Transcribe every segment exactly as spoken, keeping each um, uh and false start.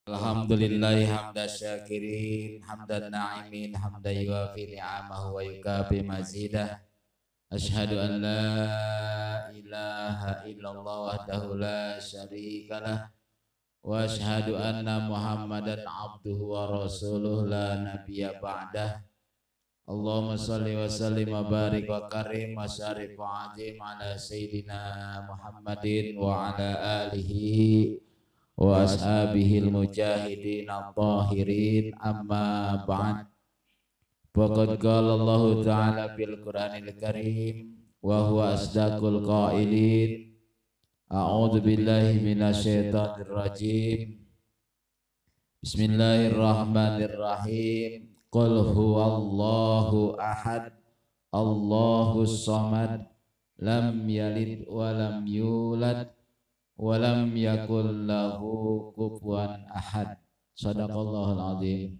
Alhamdulillahi hamda syakirin hamdan na'imin hamda yuafi ni'amahu wa yukafi mazidah. Ashhadu an la ilaha illallah wahdahu la syarikalah wa ashhadu anna muhammadan abduhu wa rasuluh la nabiyya ba'dah. Allahumma salli wa sallim wa barik wa karim wa syarif wa azim ala sayyidina Muhammadin wa ala alihi wa ashabihil mujahidin al-tahirin amma ba'd. Faqad qala Allah ta'ala fil Qur'anil Karim wa huwa asdaqul qailin. A'udzu billahi minasyaitonir rajim. Bismillahirrahmanirrahim. Qul huwallahu ahad, Allahus samad, lam yalid wa lam yulad walam yakul lahu kufuwan ahad. Shadaqallahul azim.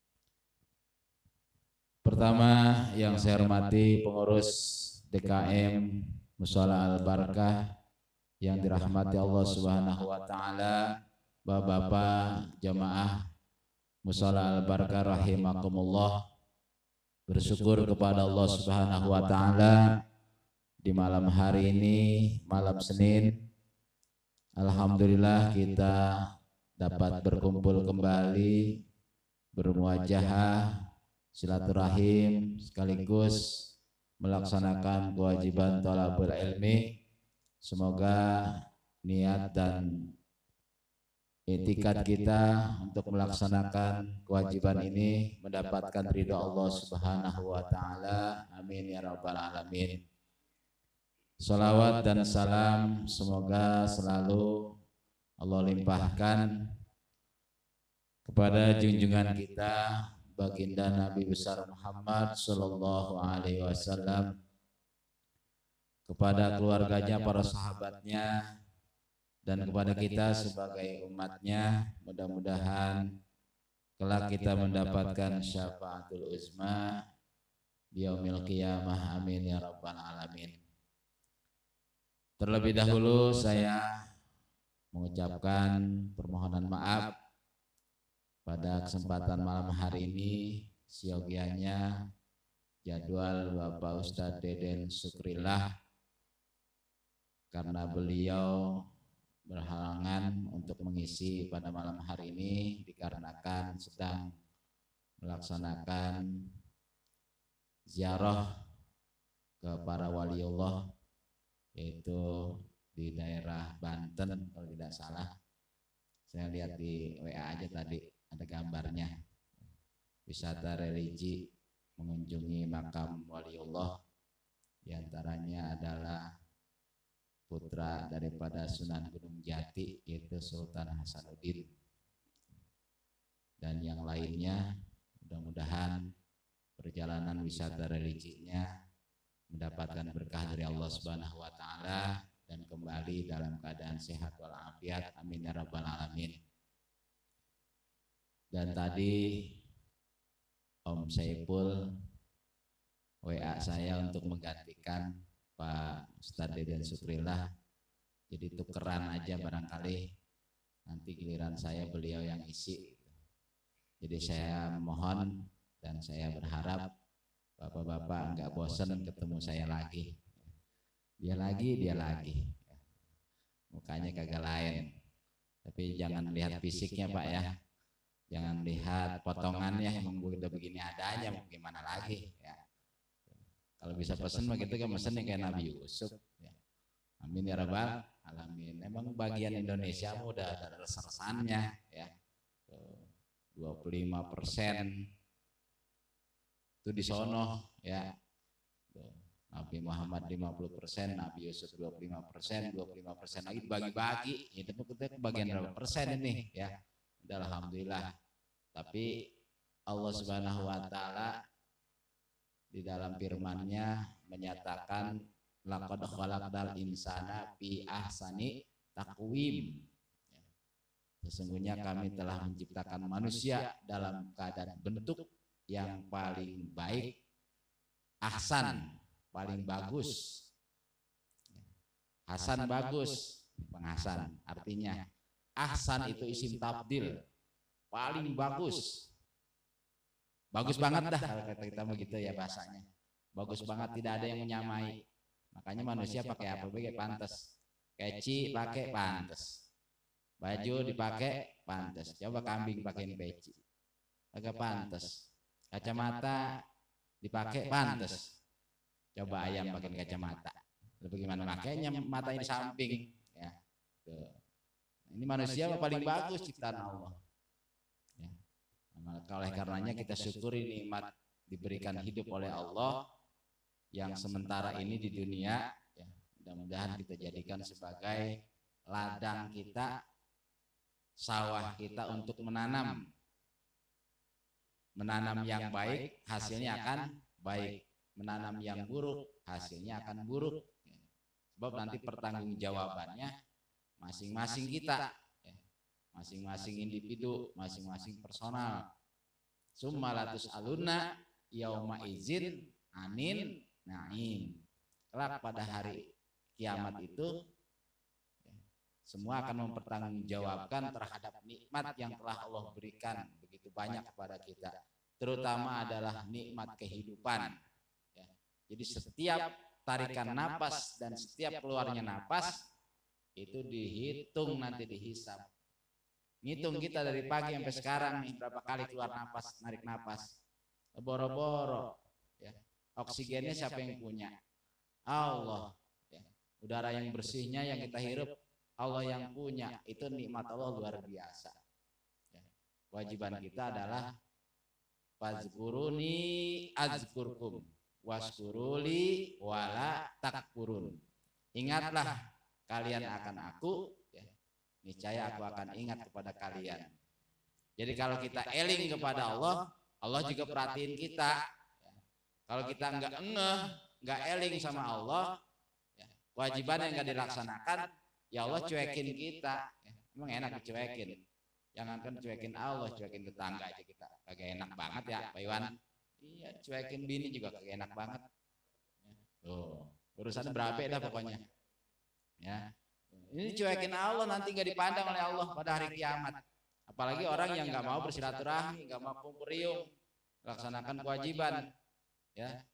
Pertama yang saya hormati pengurus D K M Mushola Al Barakah yang dirahmati Allah Subhanahu wa taala, Bapak-bapak jamaah Mushola Al Barakah rahimakumullah. Bersyukur kepada Allah Subhanahu wa taala di malam hari ini, malam Senin, alhamdulillah kita dapat berkumpul kembali, bermuajahah, silaturahim, sekaligus melaksanakan kewajiban thalabul ilmi. Semoga niat dan itikad kita untuk melaksanakan kewajiban ini mendapatkan ridha Allah Subhanahu wa taala. Amin ya rabbal alamin. Salawat dan salam semoga selalu Allah limpahkan kepada junjungan kita baginda Nabi besar Muhammad sallallahu alaihi wasallam, kepada keluarganya, para sahabatnya, dan kepada kita sebagai umatnya. Mudah-mudahan kelak kita mendapatkan syafaatul uzma di yaumil qiyamah. Amin ya rabbal alamin. Terlebih dahulu saya mengucapkan permohonan maaf pada kesempatan malam hari ini. Siogianya jadwal Bapak Ustadz Deden Sukrillah, karena beliau berhalangan untuk mengisi pada malam hari ini dikarenakan sedang melaksanakan ziarah ke para waliullah, yaitu di daerah Banten kalau tidak salah. Saya lihat di W A aja tadi ada gambarnya, wisata religi mengunjungi makam waliullah. Di antaranya adalah putra daripada Sunan Gunung Jati, yaitu Sultan Hasanuddin, dan yang lainnya. Mudah-mudahan perjalanan wisata religinya mendapatkan berkah dari Allah Subhanahu wa taala dan kembali dalam keadaan sehat walafiat. Amin ya rabbal alamin. Dan tadi Om Saiful W A saya untuk menggantikan Pak Ustadz Deden Sukrillah, jadi tukeran aja barangkali nanti giliran saya beliau yang isi. Jadi saya mohon dan saya berharap bapak-bapak enggak bosan ketemu saya lagi. Dia lagi, dia lagi. Mukanya kagak lain. Tapi jangan lihat fisiknya Pak ya. Jangan lihat potongannya, emang udah begini adanya, mau gimana lagi ya. Kalau bisa pesen mah gitu kan mesennya kayak Nabi Yusuf ya. Amin ya rabbal alamin. Emang bagian Indonesia udah ada resersannya ya. dua puluh lima persen itu di sono ya. Nabi Muhammad lima puluh persen, Nabi Yusuf dua puluh lima persen, dua puluh lima persen lagi bagi-bagi. Itu kita bagian berapa persen ini ya. Udah alhamdulillah. Tapi Allah Subhanahu wa taala di dalam firman-Nya menyatakan laqad khalaqnal insana fi ahsani taqwim. Sesungguhnya kami telah menciptakan manusia dalam keadaan bentuk yang paling baik, ahsan, paling bagus. Hasan bagus, penghasan artinya ahsan itu isim tabdil, paling bagus. Bagus banget dah kalau kata kita begitu ya bahasanya. Bagus banget, tidak ada yang menyamai. Makanya manusia pakai apa? Pakai pantas. Peci pakai pantas. Baju dipakai pantas. Coba kambing pakai peci. Agak pantas. Kacamata dipakai pantas. Coba ayam pakai kacamata. Bagaimana makanya mata ini samping ya. Tuh. Ini manusia paling bagus ciptaan Allah. Ya. Oleh karenanya kita syukuri nikmat diberikan hidup oleh Allah yang sementara ini di dunia. Ya. Mudah-mudahan kita jadikan sebagai ladang kita, sawah kita untuk menanam. Menanam yang baik hasilnya akan baik. Menanam yang buruk hasilnya akan buruk. Sebab nanti pertanggungjawabannya masing-masing kita, masing-masing individu, masing-masing personal. Summalatus aluna yauma izin anin naim. Kelak pada hari kiamat itu semua akan mempertanggungjawabkan terhadap nikmat yang telah Allah berikan begitu banyak kepada kita. Terutama adalah nikmat kehidupan. Jadi setiap tarikan napas dan setiap keluarnya napas itu dihitung, nanti dihisap. Ngitung kita dari pagi sampai sekarang nih berapa kali keluar napas, narik napas. Boro-boro ya. Oksigennya siapa yang punya? Allah. Ya. Udara yang bersihnya yang kita hirup Allah yang punya. Itu nikmat Allah luar biasa. Ya. Kewajiban kita adalah fazkuruni azkurkum waskuruli wala takfurun. Ingatlah kalian akan aku, ya, niscaya aku akan ingat kepada kalian. Jadi kalau kita eling kepada Allah, Allah juga perhatiin kita. Ya. Kalau kita enggak ngeh, enggak eling sama Allah, ya, kewajiban yang enggak dilaksanakan, ya Allah cuekin kita. Ya. Emang enak dicuekin. Jangankan cuekin Allah, cuekin tetangga aja kita. Kagak enak banget ya, Pak Iwan. Iya, cuekin bini juga kagak enak banget. Tuh, urusan berapa dah pokoknya. Ya. Ini cuekin Allah nanti nggak dipandang oleh Allah pada hari kiamat. Apalagi orang yang nggak mau bersilaturahmi, nggak mau kumpul riung, laksanakan kewajiban. Ya.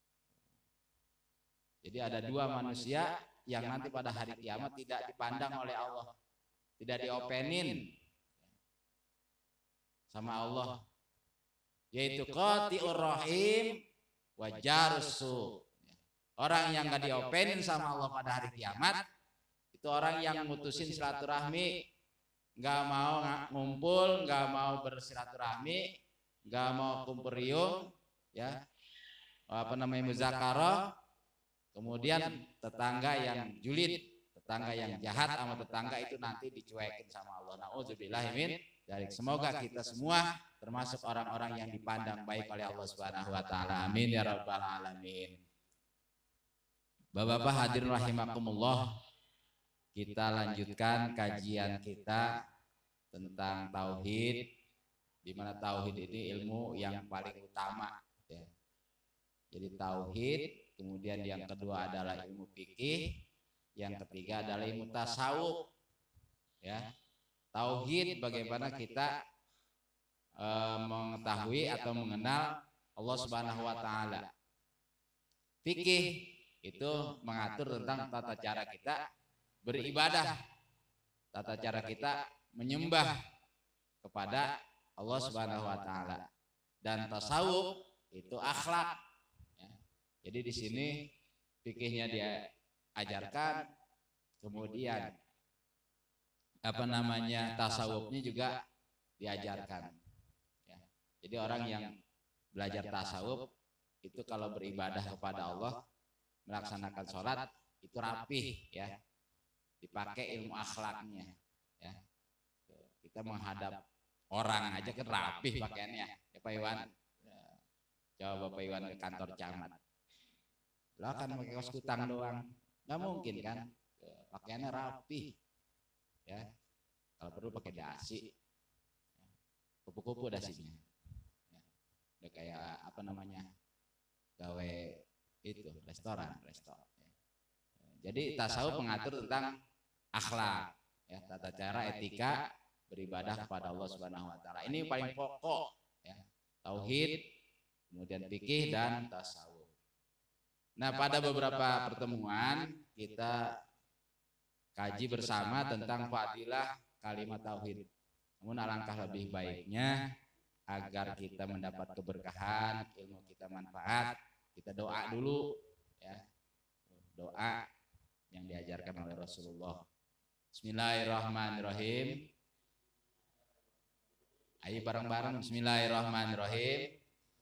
Jadi ada dua manusia yang nanti pada hari kiamat tidak dipandang oleh Allah, tidak diopenin sama Allah. Yaitu qati'ur rahim wa jarussu. Orang yang gak diopenin sama Allah pada hari kiamat itu orang yang mutusin silaturahmi, gak mau ngumpul, gak mau bersilaturahmi, gak mau kumpul riung, ya, apa namanya muzakarah. Kemudian tetangga yang julid, tetangga yang jahat sama tetangga itu nanti dicuekin sama Allah. Nauzubillahi min dzalik. Semoga kita semua termasuk orang-orang yang dipandang baik oleh Allah Subhanahu wa taala. Amin ya rabbal alamin. Bapak-bapak hadirin rahimakumullah, kita lanjutkan kajian kita tentang tauhid, di mana tauhid ini ilmu yang paling utama, ya. Jadi tauhid, kemudian yang kedua adalah ilmu fikih, yang ketiga adalah ilmu tasawuf, ya. Tauhid bagaimana kita e, mengetahui atau mengenal Allah Subhanahu wa taala. Fikih itu mengatur tentang tata cara kita beribadah, tata cara kita menyembah kepada Allah Subhanahu wa taala. Dan tasawuf itu akhlak. Ya. Jadi di sini fikihnya dia ajarkan, kemudian apa namanya tasawufnya juga diajarkan. Ya. Jadi orang yang belajar tasawuf itu kalau beribadah kepada Allah, melaksanakan sholat itu rapih, ya, dipakai ilmu akhlaknya, ya. Kita menghadap orang aja kan rapih pakaiannya, ya Pak Iwan. Coba Bapak Iwan ke kantor camat, lah kan pakai kaos kutang doang, nggak mungkin kan, pakaiannya rapih. Ya, kalau perlu pakai dasi, kupu-kupu dasinya, ya. Udah kayak apa namanya, gawe itu restoran, restoran. Ya. Jadi tasawuf mengatur tentang akhlak, ya, tata cara etika beribadah kepada Allah Subhanahu wa taala. Ini paling pokok ya. Tauhid, kemudian fikih dan tasawuf. Nah, pada beberapa pertemuan kita kaji bersama tentang fadilah kalimat tauhid. Namun alangkah lebih baiknya agar kita mendapat keberkahan, ilmu kita manfaat, kita doa dulu ya. Doa yang diajarkan oleh Rasulullah. Bismillahirrahmanirrahim. Ayo bareng-bareng. Bismillahirrahmanirrahim.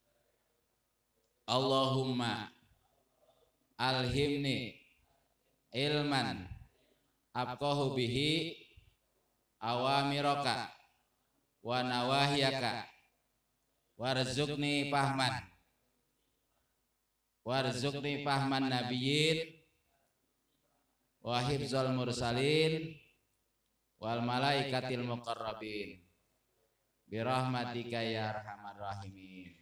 Allahumma alhimni ilman abqahu bihi awamiraka wa nawahiyaka warzuqni fahman warzuqni fahman nabiyyin wa hifzal mursalin wal malaikatil muqarrabin birahmatika ya arhamar rahimin.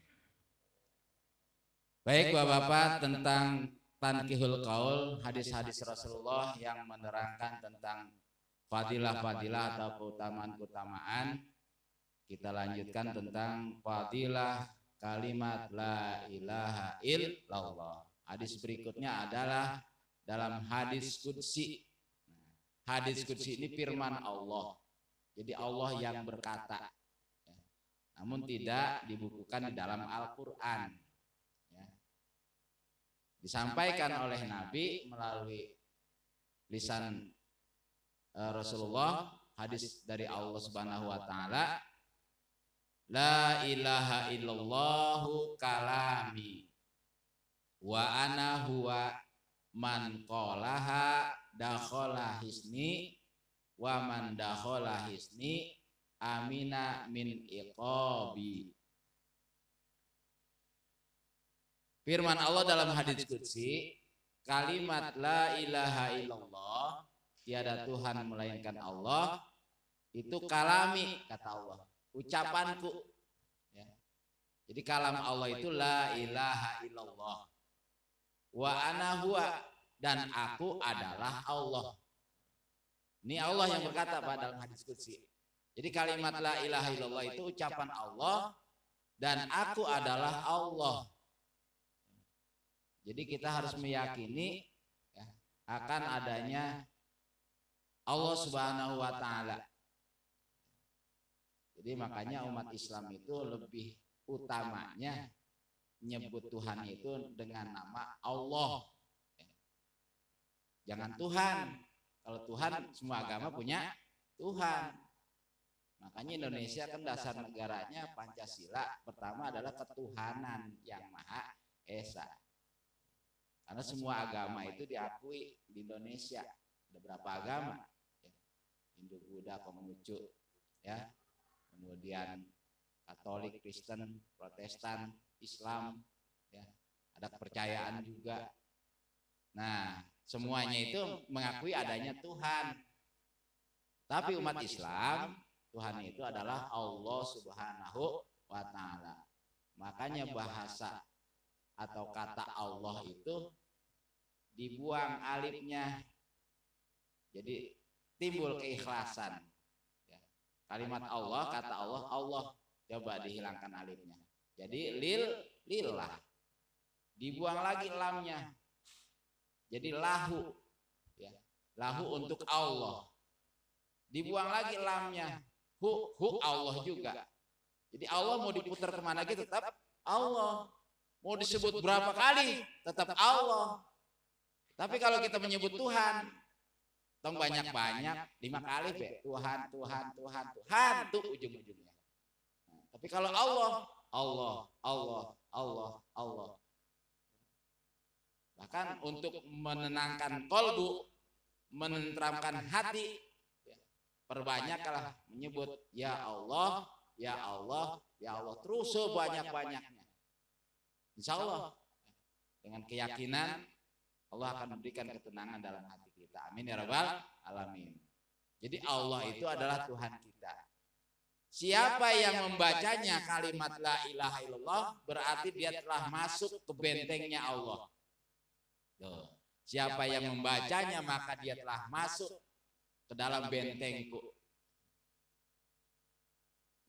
Baik Bapak-bapak, tentang Tankihul Qaul, hadis-hadis Rasulullah yang menerangkan tentang fadilah-fadilah atau keutamaan-keutamaan. Kita lanjutkan tentang fadilah kalimat la ilaha illallah. Hadis berikutnya adalah dalam hadis qudsi. Hadis qudsi ini firman Allah. Jadi Allah yang berkata. Namun tidak dibukukan di dalam Al-Quran. Disampaikan oleh Nabi melalui lisan uh, Rasulullah, hadis dari Allah Subhanahu wa taala, la ilaha illallahu kalami wa ana huwa man qalaha dakhala hisni wa man dakhala hisni amina min iqabi. Firman Allah dalam hadis qudsi, kalimat la ilaha illallah, tiada Tuhan melainkan Allah, itu kalami, kata Allah, ucapanku ya. Jadi kalam Allah itu la ilaha illallah wa ana huwa, dan aku adalah Allah. Ini Allah yang berkata pada dalam hadis qudsi. Jadi kalimat la ilaha illallah itu ucapan Allah, dan aku adalah Allah. Jadi kita harus meyakini ya, akan adanya Allah Subhanahu wa taala. Jadi makanya umat Islam itu lebih utamanya nyebut Tuhan itu dengan nama Allah. Jangan Tuhan. Kalau Tuhan, semua agama punya Tuhan. Makanya Indonesia kan dasar negaranya Pancasila, pertama adalah ketuhanan yang Maha Esa. Karena semua agama itu diakui di Indonesia. Ada berapa agama? Ya. Hindu, Buddha, Konghucu, ya. Kemudian Katolik, Kristen, Protestan, Islam, ya. Ada kepercayaan juga. Nah, semuanya itu mengakui adanya Tuhan. Tapi umat Islam, Tuhan itu adalah Allah Subhanahu wa taala. Makanya bahasa atau kata Allah itu dibuang alifnya, jadi timbul keikhlasan ya. Kalimat Allah, kata Allah, Allah, coba dihilangkan alifnya, jadi lil lillah, dibuang lagi lamnya, jadi lahu ya, lahu untuk Allah, dibuang lagi lamnya, hu hu Allah juga. Jadi Allah mau diputar kemana gitu tetap Allah, mau disebut berapa kali tetap Allah. Tapi kalau kita menyebut Tuhan, tong banyak-banyak, lima kali be, Tuhan, Tuhan, Tuhan, Tuhan, tuh ujung-ujungnya. Nah, tapi kalau Allah, Allah, Allah, Allah, Allah. Bahkan untuk menenangkan kolbu, menenteramkan hati, perbanyaklah menyebut ya Allah, ya Allah, ya Allah, terus sebanyak-banyaknya. Insya Allah, dengan keyakinan Allah akan memberikan ketenangan dalam hati kita. Amin ya rabbal alamin. Jadi Allah itu adalah Tuhan kita. Siapa yang membacanya kalimat la ilaha illallah, berarti dia telah masuk ke bentengnya Allah. Tuh. Siapa yang membacanya maka dia telah masuk ke dalam bentengku.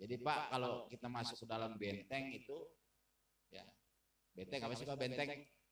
Jadi Pak, kalau kita masuk ke dalam benteng itu, ya benteng apa sih Pak benteng?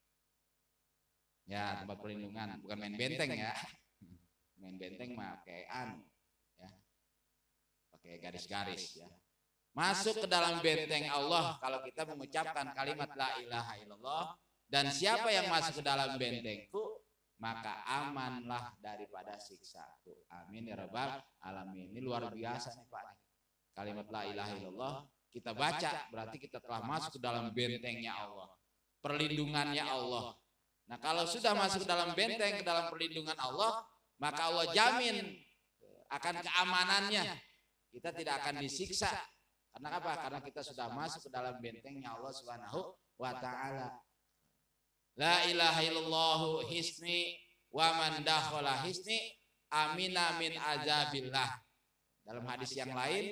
Ya tempat perlindungan, bukan main benteng ya. Main benteng mah kayak anu, ya pakai garis-garis ya. Masuk ke dalam benteng Allah kalau kita mengucapkan kalimat la ilaha illallah, dan siapa yang masuk ke dalam bentengku maka amanlah daripada siksaku. Amin ya rabbal alamin. Ini luar biasa nih Pak. Kalimat la ilaha illallah kita baca berarti kita telah masuk ke dalam bentengnya Allah, perlindungannya Allah. Nah kalau sudah masuk ke dalam benteng, ke dalam perlindungan Allah, maka Allah jamin akan keamanannya. Kita tidak akan disiksa. Karena apa? Karena kita sudah masuk ke dalam bentengnya Allah Subhanahu wa ta'ala. La ilaha illallah hisni wa man dakhala hisni amina min azabillah. Dalam hadis yang lain,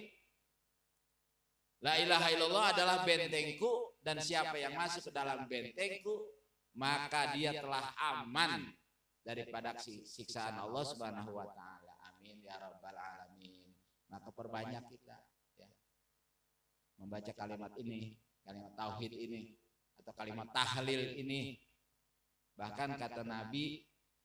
la ilaha illallah adalah bentengku, dan siapa yang masuk ke dalam bentengku maka dia telah aman daripada siksaan Allah Subhanahu wa taala. Amin ya rabbal alamin. Maka perbanyak kita ya, membaca kalimat ini, kalimat tauhid ini atau kalimat tahlil ini. Bahkan kata Nabi,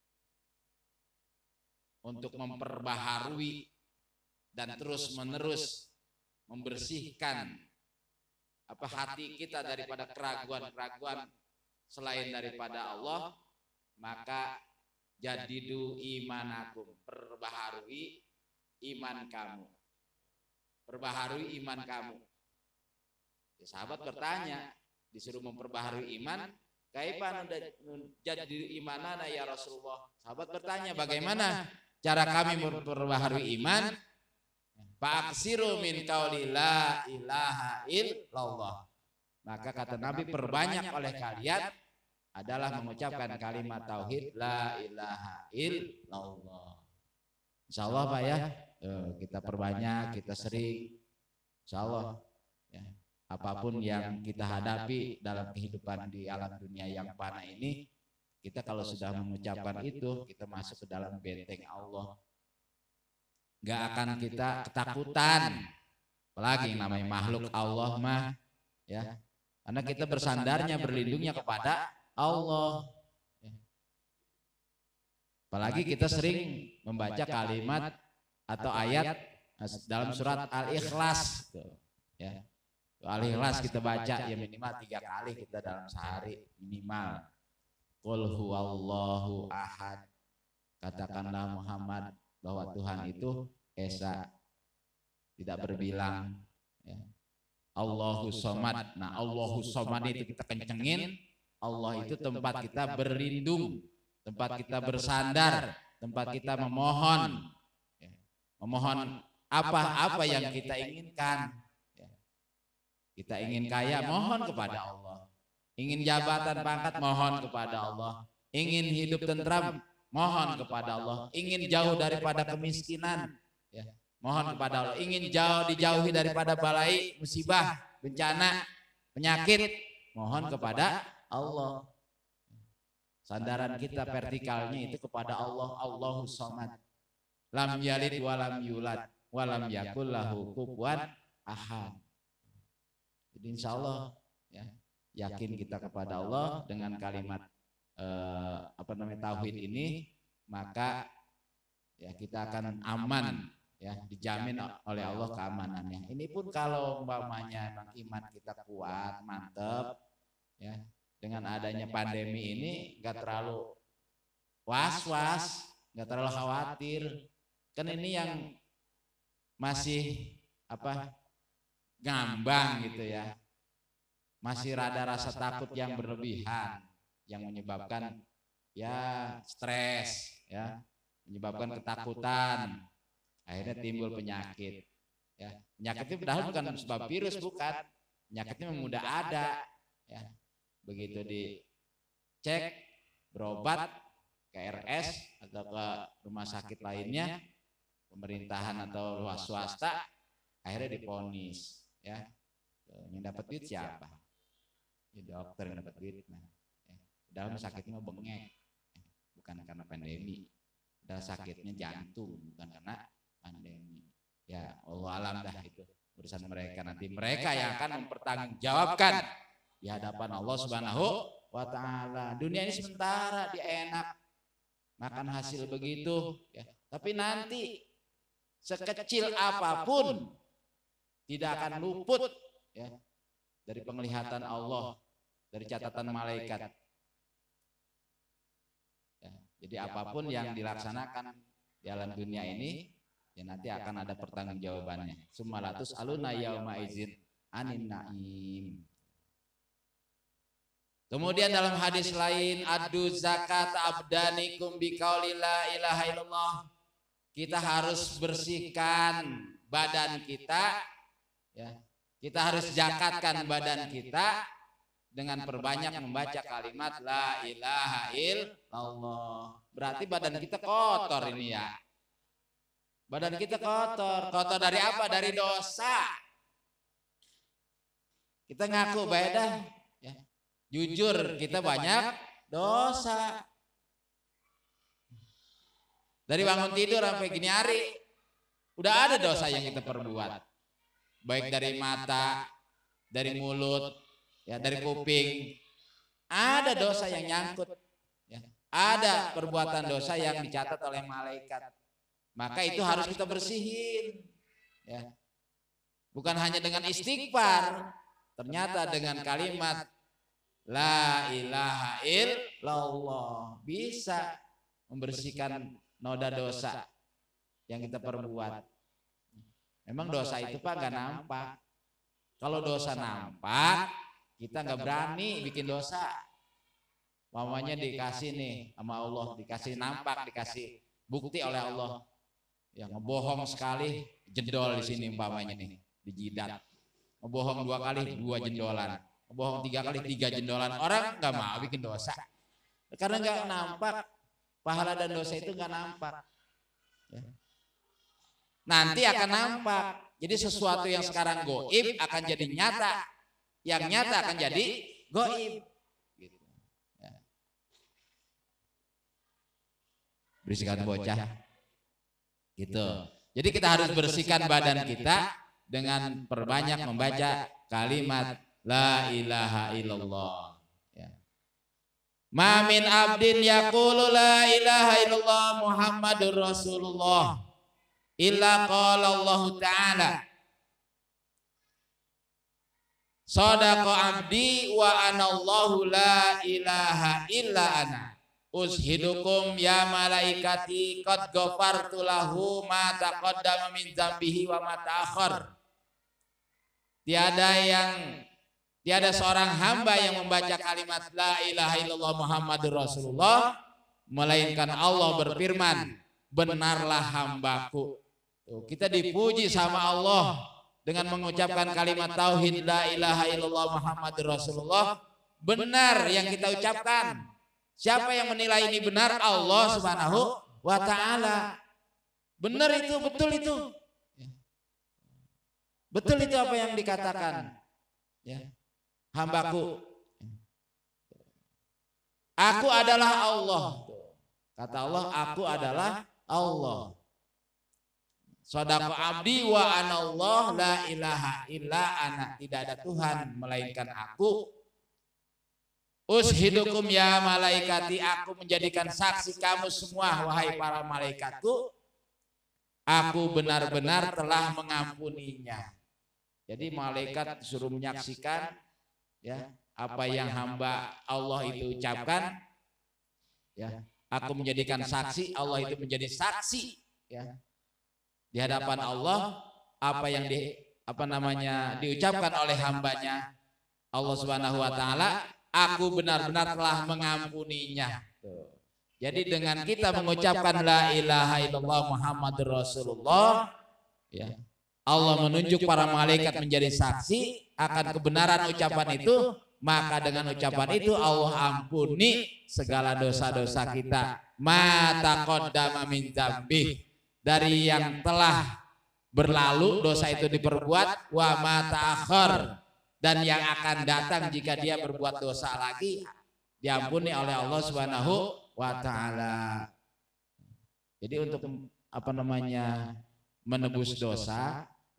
untuk memperbaharui dan terus-menerus membersihkan apa hati kita daripada keraguan-keraguan selain daripada Allah, maka jadidu imanakum, perbaharui iman kamu, perbaharui iman kamu. Ya, sahabat bertanya, disuruh memperbaharui iman, kaifa jadidu imanana ya Rasulullah. Sahabat bertanya, bagaimana cara kami memperbaharui iman? Fa'aksiru min qauli la ilaha illallah. Maka kata Nabi, perbanyak oleh kalian adalah mengucapkan kalimat tauhid la ilaha illallah. Insyaallah Pak ya, kita perbanyak, kita sering, insyaallah ya, apapun yang kita hadapi dalam kehidupan di alam dunia yang fana ini, kita kalau sudah mengucapkan itu, kita masuk ke dalam benteng Allah. Gak akan kita ketakutan, apalagi yang namanya makhluk Allah mah ya, karena kita bersandarnya, berlindungnya kepada Allah. Apalagi kita sering membaca kalimat atau ayat dalam surat Al-Ikhlas ya. Al-Ikhlas kita baca ya minimal tiga kali kita dalam sehari minimal. Qul huwallahu ahad. Katakanlah Muhammad bahwa Tuhan itu esa, tidak berbilang ya. Allahu somad. Nah Allahu somad itu kita kencengin. Allah itu tempat kita berlindung, tempat kita bersandar, tempat kita memohon ya. Memohon apa-apa yang kita inginkan ya. Kita ingin kaya, mohon kepada Allah. Ingin jabatan pangkat, mohon kepada Allah. Ingin hidup tentram, mohon kepada Allah. Ingin jauh daripada kemiskinan ya, mohon kepada Allah. Ingin jauh dijauhi daripada balai, musibah, bencana, penyakit, mohon kepada Allah. Sandaran kita vertikalnya itu kepada Allah. Allahu somad. Lam yalid walam yulad walam yakul lahu kufuwan ahad. Jadi insya Allah ya, yakin kita kepada Allah dengan kalimat eh, apa namanya tauhid ini, maka ya kita akan aman ya, dijamin oleh Allah keamanannya. Ini pun kalau umpamanya memang iman kita kuat, mantep ya, dengan adanya pandemi ini nggak terlalu was-was, nggak terlalu khawatir. Kan ini yang masih apa ngambang gitu ya, masih rada rasa takut yang berlebihan yang menyebabkan ya stres ya, menyebabkan ketakutan, akhirnya timbul penyakit ya. Penyakitnya padahal bukan sebab virus, bukan, penyakitnya memang udah ada ya. Begitu dicek, berobat ke R S atau ke rumah sakit lainnya, pemerintahan atau luas swasta, akhirnya divonis ya. Yang dapat duit siapa? Ya dokter yang dapat duit. Nah, ya. Dalam sakitnya bengek, bukan karena pandemi. Udah sakitnya jantung, bukan karena pandemi. Ya Allah alam dah itu. urusan mereka nanti. Mereka yang akan mempertanggungjawabkan di hadapan Allah Subhanahu wa taala. Dunia ini sementara, dia enak makan hasil begitu ya. Tapi nanti sekecil apapun tidak akan luput ya dari penglihatan Allah, dari catatan malaikat. Ya, jadi apapun yang dilaksanakan di alam dunia ini ya nanti akan ada pertanggungjawabannya. Sumalatus aluna yauma izin anin naim. Kemudian dalam hadis lain, adu zakat abdanikum biqauli la ilaha illallah. Kita harus bersihkan badan kita ya. Kita harus zakatkan badan kita dengan perbanyak membaca kalimat la ilaha illallah. Berarti badan kita kotor ini ya. Badan kita kotor. Kotor dari apa? Dari dosa. Kita ngaku baedah ya. Jujur kita banyak dosa. Dari bangun tidur sampai gini hari udah ada dosa yang kita perbuat. Baik dari mata, dari mulut, ya dari kuping. Ada dosa yang nyangkut. Ya. Ada perbuatan dosa yang dicatat oleh malaikat. Maka itu harus kita bersihin. Ya. Bukan hanya dengan istighfar. Ternyata dengan kalimat la ilaha illallah bisa membersihkan noda dosa yang kita perbuat. Memang dosa itu Pak gak nampak. Kalau dosa nampak, kita gak berani bikin dosa. Mamanya dikasih nih sama Allah, dikasih nampak, dikasih bukti oleh Allah. Ya ngebohong sekali, jendol di sini umpamanya nih, di jidat. Ngebohong dua kali, dua jendolan. Ngebohong tiga kali, tiga jendolan. Orang gak mau bikin dosa. Karena gak nampak. Pahala dan dosa itu gak nampak. Ya. Nanti akan nampak. Jadi sesuatu yang sekarang goib akan jadi nyata. Yang nyata akan jadi goib. Gitu. Ya. Berisikan bocah. Gitu. Jadi kita harus bersihkan badan kita dengan perbanyak membaca kalimat la ilaha illallah. Ya. Ma min abdin yaqulu la ilaha illallah Muhammadur Rasulullah illa qala Allah Ta'ala sadaqa abdi wa anallahu la ilaha illa ana ushidukum ya malaikati qad ghafartu lahu ma taqaddama min dzambihi wa ma ta'akhkhar. Tiada yang tiada seorang hamba yang membaca kalimat la ilaha illallah Muhammadur Rasulullah melainkan Allah berfirman, benarlah hambaku. Tuh, kita dipuji sama Allah dengan mengucapkan kalimat tauhid la ilaha illallah Muhammadur Rasulullah. Benar yang kita ucapkan. Siapa yang menilai ini benar? Allah Subhanahu wa taala. Benar itu, betul itu. Betul itu apa yang dikatakan. Ya. Hambaku. Aku adalah Allah. Kata Allah, aku adalah Allah. Shadaqa abdi wa anallah la ilaha illa ana. Tidak ada Tuhan melainkan aku. Ushidukum ya malaikati, aku menjadikan saksi kamu semua wahai para malaikatku. Aku benar-benar telah mengampuninya. Jadi malaikat disuruh menyaksikan ya apa yang hamba Allah itu ucapkan. Ya, aku menjadikan saksi, Allah itu menjadi saksi ya. Di hadapan Allah apa yang di apa namanya diucapkan oleh hambanya Allah Subhanahu wa taala, aku benar-benar telah mengampuninya. Jadi dengan kita mengucapkan la ilaha illallah Muhammadur Rasulullah ya, Allah menunjuk para malaikat menjadi saksi akan kebenaran ucapan itu, maka dengan ucapan itu Allah ampuni segala dosa-dosa kita. Ma taqaddama min dzambih, dari yang telah berlalu dosa itu diperbuat, wa ma ta'akhkhar, dan yang akan datang jika dia berbuat dosa lagi diampuni oleh Allah Subhanahu wa taala. Jadi untuk apa namanya menebus dosa,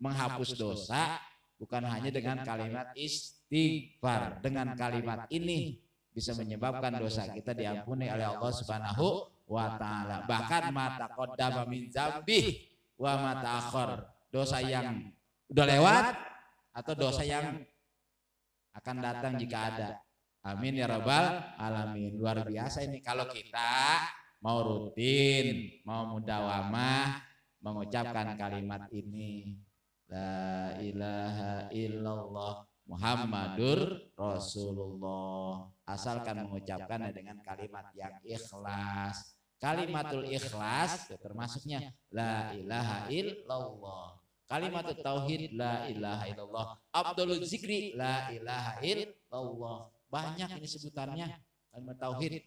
menghapus dosa bukan hanya dengan kalimat istighfar. Dengan kalimat ini bisa menyebabkan dosa kita diampuni oleh Allah Subhanahu wa taala. Bahkan ma taqaddama min dzambih wa ma ta'akhkhar, dosa yang udah lewat atau dosa yang akan datang jika ada. Amin ya rabbal alamin. Luar biasa ini kalau kita mau rutin, mau mudawamah mengucapkan kalimat ini. La ilaha illallah Muhammadur Rasulullah. Asalkan mengucapkannya dengan kalimat yang ikhlas. Kalimatul ikhlas termasuknya la ilaha illallah. Kalimatul tauhid la ilaha illallah. Abdul zikri la ilaha illallah. Banyak ini sebutannya kalimat tauhid.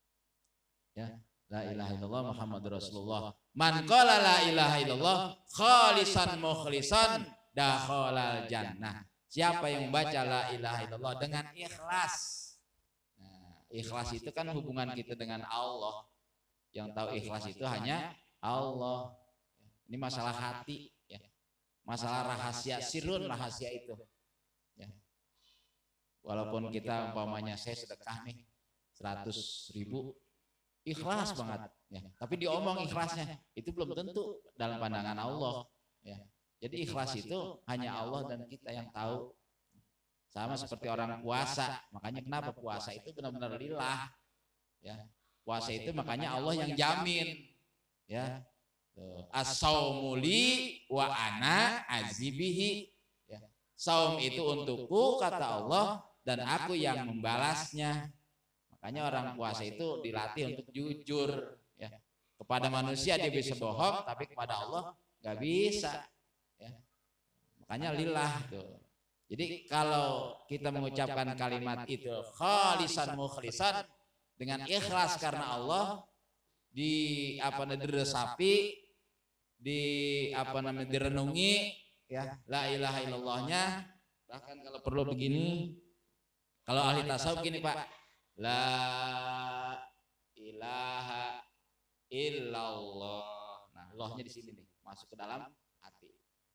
Ya, la ilaha illallah Muhammadur Rasulullah. Man qala la ilaha illallah khalisan mukhlisan dakhalal jannah. Siapa yang membaca la ilaha illallah dengan ikhlas. Nah, ikhlas itu kan hubungan kita dengan Allah. Yang tahu ikhlas itu hanya Allah. Ini masalah hati, ya. Masalah rahasia, sirun rahasia itu. Ya. Walaupun kita umpamanya saya sedekah nih seratus ribu, ikhlas banget, ya. Tapi diomong ikhlasnya itu belum tentu dalam pandangan Allah, ya. Jadi ikhlas itu hanya Allah dan kita yang tahu. Sama seperti orang puasa, makanya kenapa puasa itu benar-benar lillah, ya. Puasa itu makanya Allah yang jamin, ya. As-saumu li wa ana azibihi, ya. Saum itu untukku kata Allah dan aku yang membalasnya. Makanya orang puasa itu dilatih untuk jujur, ya. Kepada manusia dia bisa bohong, tapi kepada Allah nggak bisa, ya. Makanya lillah tuh. Jadi kalau kita mengucapkan kalimat itu khalisan mukhlisan dengan ikhlas karena Allah, di apa namanya diresapi, di apa namanya direnungi, ya la ilaha illallahnya. Bahkan kalau perlu begini, kalau ahli tasawuf gini Pak, la ilaha illallah. Nah, lohnya di sini nih, masuk ke dalam hati.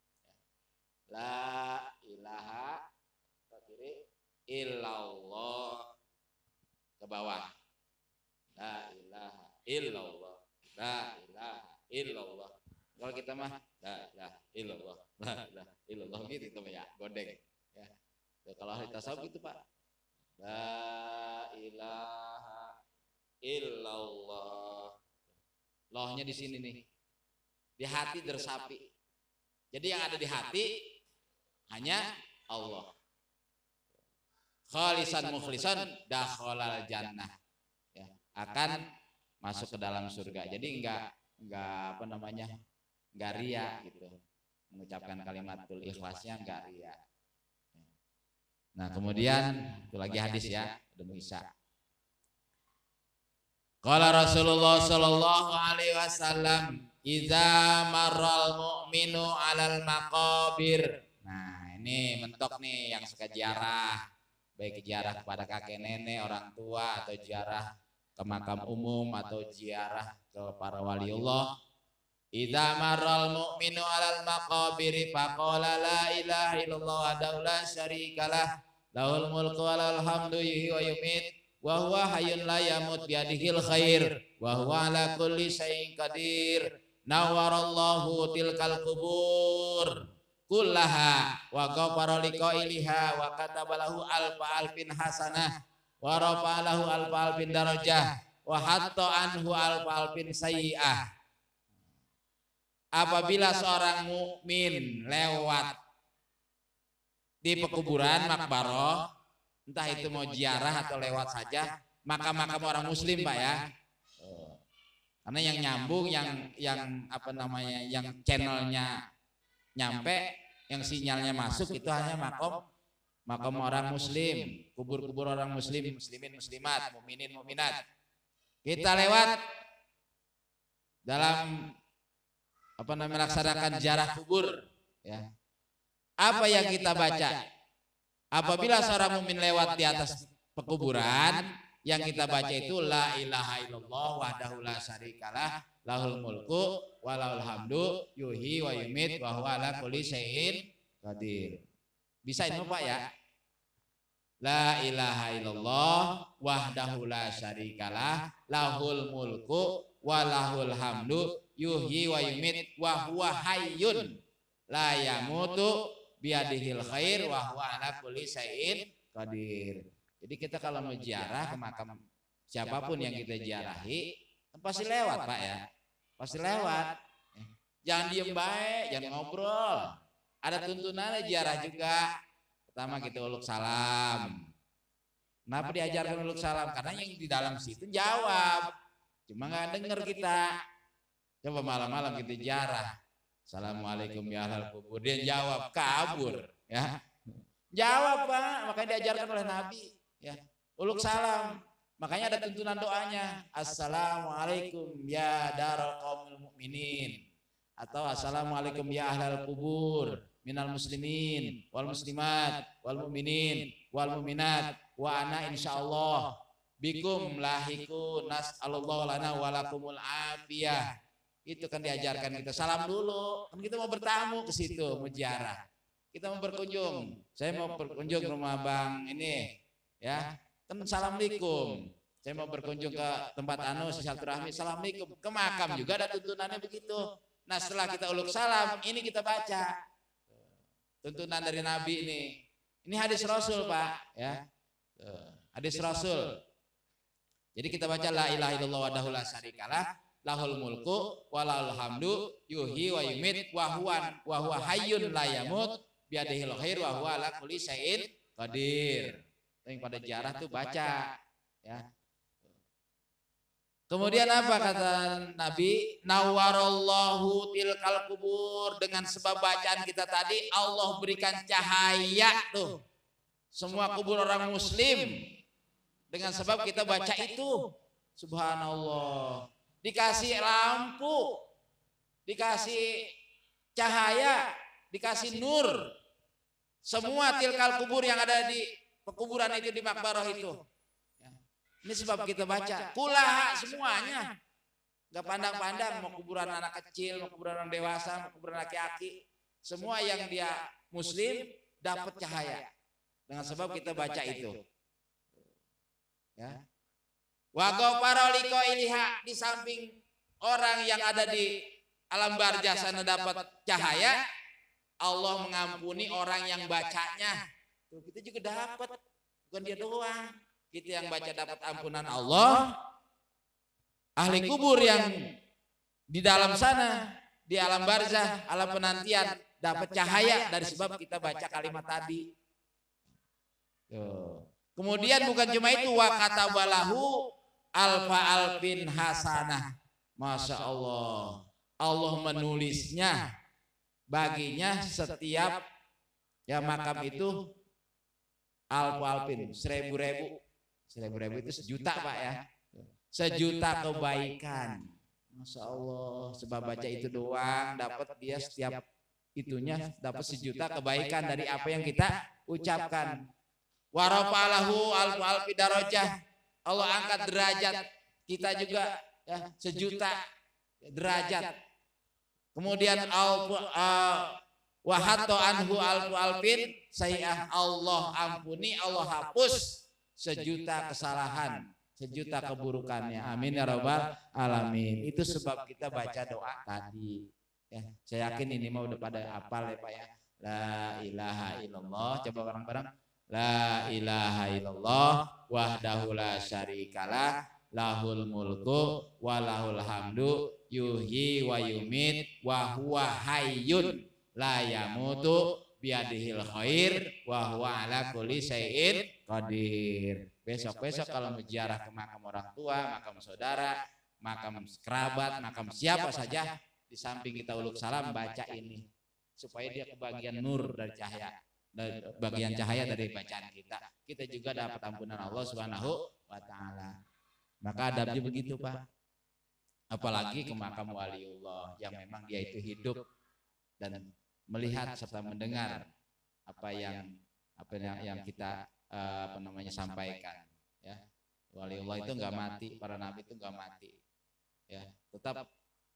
La ilaha ke kiri, illallah ke bawah. La ilaha illallah, la ilaha illallah. Kalau kita mah la ilaha illallah, la ilaha illallah gitu itu ya, godeng, ya. Kalau ahli tasawuf gitu Pak, la ilaha illallah. Lohnya di sini nih, di hati tersapi. Jadi yang ada di hati hanya Allah. Khalisan mukhlisan dakhalal jannah, ya, akan masuk ke dalam surga. Jadi enggak enggak apa namanya? Enggak ria gitu. Mengucapkan kalimatul ikhlasnya enggak ria. Nah, kemudian itu lagi hadis ya, udah bisa. Qala Rasulullah sallallahu alaihi wasallam, "Idza marral mu'minu 'alal maqabir." Nah, ini mentok nih yang suka ziarah. Baik ziarah kepada kakek nenek, orang tua, atau ziarah ke makam umum, atau ziarah ke para waliullah. Idza marral mu'minu 'alal maqabiri faqala la ilaha illallah wa la syarikalah lahul mulku wa lahul hamdu yuhyi wa yumiit wa huwa hayyun la yamut biyadihil khair wa huwa ala kulli syai'in qadir. Nawwarallahu tilkal qubur kullaha wa ghafara liqailiha wa katabalahu alfa alfin hasanah wa rafa'alahu alfa alfin darajah wa hatta anhu alfa alfin sayyi'ah. Apabila seorang mukmin lewat di pekuburan makbaroh, entah itu mau ziarah atau lewat saja makam-makam orang muslim Pak ya, karena yang nyambung, yang yang apa namanya, yang channelnya nyampe, yang sinyalnya masuk itu hanya makam makam orang muslim, kubur-kubur orang muslim, muslimin muslimat, mukminin mukminat. Kita lewat dalam apa namanya melaksanakan ziarah kubur, ya. Apa yang kita baca apabila seorang mukmin lewat di atas pekuburan, yang kita baca itu la ilaha illallah wahdahu la syarikalah lahul mulku walahul hamdu yuhyi wa yumit wa huwa ala kulli syai'in qadir. Bisa ini Pak ya? La ilaha illallah wahdahu la syarikalah lahul mulku walahul hamdu yuhyi wa yumit wa huwa hayyun la yamutu biadihil khair wa huwa ala kulli syai'in qadir. Jadi kita kalau mau ziarah ke makam siapapun yang kita ziarahi pasti lewat Pak ya. Pasti lewat. Jangan diem baik, jangan ngobrol. Ada tuntunannya ziarah juga. Pertama kita uluk salam. Kenapa diajarkan uluk salam? Karena yang di dalam situ jawab. Cuma nggak dengar kita. Coba malam-malam kita ziarah. Assalamualaikum ya ahlal kubur. Dia jawab kabur. Ya. Jawab Pak. Makanya diajarkan oleh Nabi. Ya. Uluk salam. Makanya ada tuntunan doanya. Assalamualaikum ya daral qaumil mukminin. Atau assalamualaikum ya ahlal kubur minal muslimin wal muslimat wal mu'minin wal mu'minat wa ana insyaallah bikum lahiku nas'alullah lana walakumul afiyah. Itu kan diajarkan kita. Salam dulu. Kan kita mau bertamu ke situ, mau ziarah. Kita mau berkunjung. Saya mau berkunjung ke rumah Bang ini ya. Kan assalamualaikum. Saya mau berkunjung ke tempat anu silaturahmi, assalamualaikum. Ke makam juga ada tuntunannya begitu. Nah setelah kita uluk salam, ini kita baca tuntunan dari Nabi ini. Ini hadis Rasul Pak, ya. Hadis Rasul. Jadi kita baca la ilaha illallah wahdahu la syarikalah lahul mulku walahul hamdu yuhyi wa yumit wa huwa wa huwa hayyun la yamut biadihil khair wa huwa ala kulli syai'in qadir. Yang pada ziarah tuh baca ya. Kemudian apa kata Nabi? Nawarallahu tilkal kubur. Dengan sebab bacaan kita tadi Allah berikan cahaya tuh semua kubur orang muslim. Dengan sebab kita baca itu, subhanallah. Dikasih lampu, dikasih cahaya, dikasih nur. Semua tilkal kubur yang ada di pekuburan itu, di makbarah itu. Ini sebab kita baca. Kulaha semuanya. Gak pandang-pandang mau kuburan anak kecil, mau kuburan orang dewasa, mau kuburan laki-laki. Semua yang dia muslim dapat cahaya. Dengan sebab kita baca itu. Ya. Wa ghafara liqailiha, di samping orang yang ada di alam barzah sana dapat cahaya, Allah mengampuni orang yang bacanya. Tuh, kita juga dapat, bukan dia doang. Kita yang baca dapat ampunan Allah. Ahli kubur yang di dalam sana, di alam barzah, alam penantian dapat cahaya dari sebab kita baca kalimat tadi. Tuh. Kemudian bukan cuma itu, wa katabalahu alfa alfin hasanah. Masya Allah. Allah menulisnya baginya setiap ya makam itu alfa alfin, seribu ribu. Seribu ribu itu sejuta Pak ya. Sejuta kebaikan. Masya Allah. Sebab baca itu doang dapat dia setiap itunya dapat sejuta kebaikan dari apa yang kita ucapkan. Warafalahu alfu alfi darajah. Allah angkat derajat kita juga ya, sejuta derajat. Kemudian alfu uh, wahato anhu alfu alfin sayyah, Allah ampuni, Allah hapus sejuta kesalahan, sejuta keburukannya. Amin ya rabbal alamin. Itu sebab kita baca doa tadi. Ya, saya yakin ini mau udah pada hafal ya Pak ya. La ilaha illallah. Coba bareng-bareng. La ilaha illallah wahdahu la syarikalah lahul mulku walahul hamdu yuhyi wa yumit wa huwa hayyun la yamutu biadihil khair wa huwa ala kulli syai'in qadir. Besok-besok kalau menziarah ke makam orang tua, makam saudara, makam kerabat, makam siapa saja, di samping kita uluk salam baca ini supaya dia kebagian nur dari cahaya, dari bagian cahaya dari bacaan kita. Kita juga dapat ampunan Allah Subhanahu wa taala. Maka adabnya begitu Pak. Apalagi ke makam waliullah yang memang dia itu hidup dan melihat serta mendengar apa yang apa yang, yang kita uh, apa namanya sampaikan ya. Waliullah itu enggak mati, para nabi itu enggak mati ya, tetap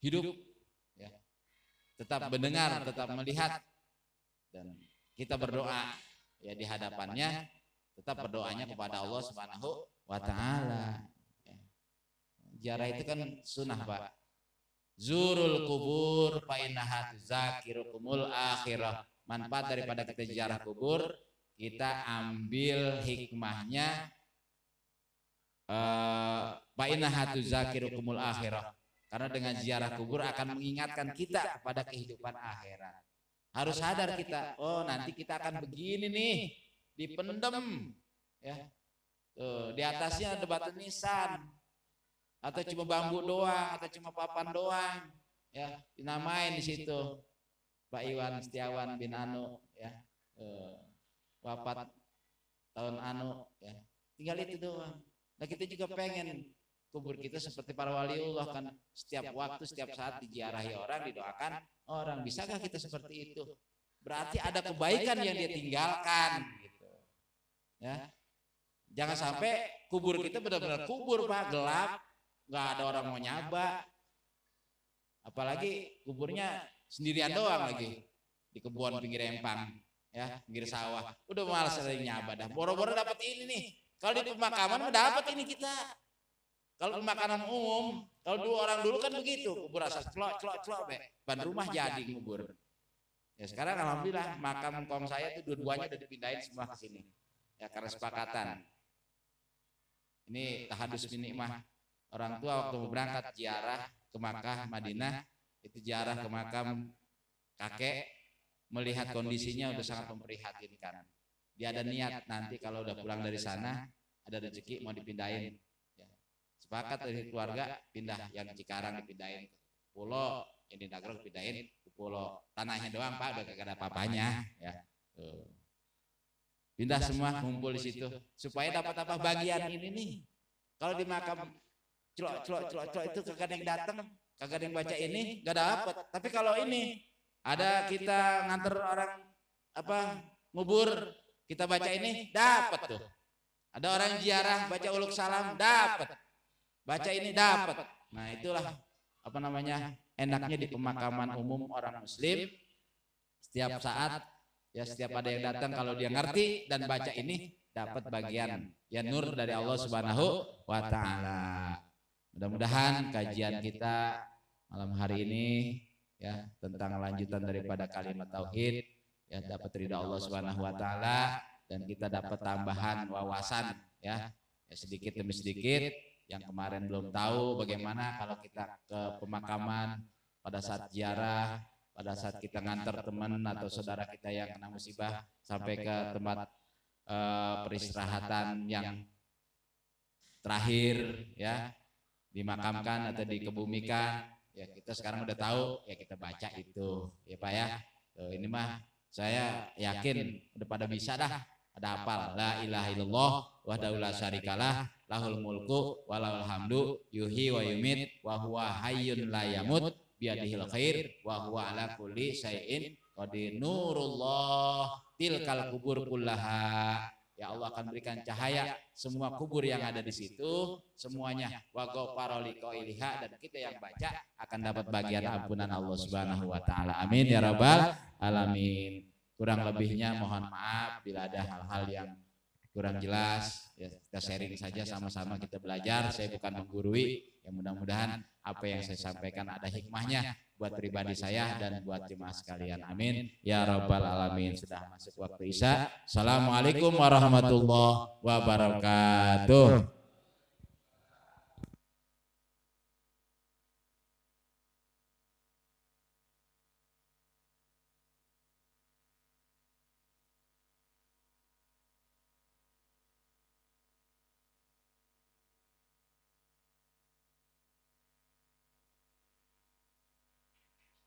hidup, ya. Tetap mendengar, tetap melihat, dan kita berdoa ya di hadapannya, tetap berdoanya kepada Allah Subhanahu wa taala. Ya. Ziarah itu kan sunnah, Pak. Zurul kubur fa innaha tuzakirukumul akhirah. Manfaat daripada kita ziarah kubur, kita ambil hikmahnya. Fa innaha tuzakirukumul akhirah. Karena dengan ziarah kubur akan mengingatkan kita kepada kehidupan akhirat. Harus sadar kita, oh nanti kita akan begini nih, dipendem, ya. Tuh, di atasnya ada batu nisan, atau cuma bambu doang, atau cuma papan doang, ya. Dinamain di situ Pak Iwan Setiawan bin Anu, ya. Uh, wafat tahun Anu, ya. Tinggal itu doang. Nah kita juga pengen kubur kita seperti para waliullah, kan setiap waktu, setiap saat diziarahi orang, didoakan orang. Bisakah kita seperti itu? Berarti ada kebaikan yang dia tinggalkan, gitu. Ya, jangan sampai kubur kita benar-benar kubur, Pak, gelap, nggak ada orang mau nyaba. Apalagi kuburnya sendirian doang lagi di kebun pinggir empang, ya, pinggir sawah. Udah malas ada yang nyaba dah. Boro-boro dapat ini nih. Kalau di pemakaman dapat ini kita. Kalau makanan umum, kalau dulu orang dulu kan begitu, kubur asal celok celok celok be, ban rumah jadi ngubur. Ya sekarang alhamdulillah makam kong saya itu dua-duanya udah dipindahin semua ke sini. Ya karena sepakatan. Ini tahadus binikmah. Orang tua waktu berangkat ziarah ke Makkah, Madinah, itu ziarah ke makam kakek, melihat kondisinya udah sangat memprihatinkan. Dia ada niat nanti kalau udah pulang dari sana, ada rezeki mau dipindahin. Sepakat dari keluarga pindah, yang Cikarang dipindahin ke Pulau, yang di Nagrog dipindahin ke Pulau. Tanahnya doang, Pak, udah gak ada apa-apanya, ya. Tuh. Pindah semua, ngumpul di situ supaya dapat apa bagian ini nih. Kalau di makam celok celok celok celok itu kagak ada yang datang, kagak ada yang baca ini, gak dapat. Tapi kalau ini ada kita nganter orang apa ngubur, kita baca ini dapat tuh. Ada orang ziarah baca uluk salam dapat. Baca ini dapat. Nah itulah apa namanya enaknya di pemakaman umum orang muslim. Setiap saat ya setiap ada yang datang kalau dia ngerti dan baca ini dapat bagian ya nur dari Allah Subhanahu wa taala. Mudah-mudahan kajian kita malam hari ini ya tentang lanjutan daripada kalimat tauhid ya dapat ridha Allah Subhanahu wa taala dan kita dapat tambahan wawasan ya, ya sedikit demi sedikit. Yang kemarin belum tahu bagaimana kalau kita ke pemakaman pada saat ziarah, pada saat kita ngantar teman atau saudara kita yang kena musibah sampai ke tempat uh, peristirahatan yang terakhir ya, dimakamkan atau dikebumikan, ya kita sekarang udah tahu ya kita baca itu ya Pak ya. Tuh, ini mah saya yakin udah pada bisa dah, ada hafal la ilaha illallah wahdahu la syarikalah lahul mulku walahul hamdu yuhyi wa yumit wa huwa hayyun la yamut biyadihil khair wa huwa ala kulli syai'in qadir. Nurullah tilkal kubur kullaha. Ya Allah akan berikan cahaya semua kubur yang ada di situ semuanya. Wa ghafara liqailiha, dan kita yang baca akan dapat bagian ampunan Allah Subhanahu wa taala. Amin ya rabbal alamin. Kurang lebihnya mohon maaf bila ada hal-hal yang kurang jelas, ya kita sharing saja sama-sama kita belajar. Saya bukan menggurui, ya mudah-mudahan apa yang saya sampaikan ada hikmahnya buat pribadi saya dan buat jemaah sekalian. Amin ya rabbal alamin. Sudah masuk waktu Isya. Assalamualaikum warahmatullahi wabarakatuh.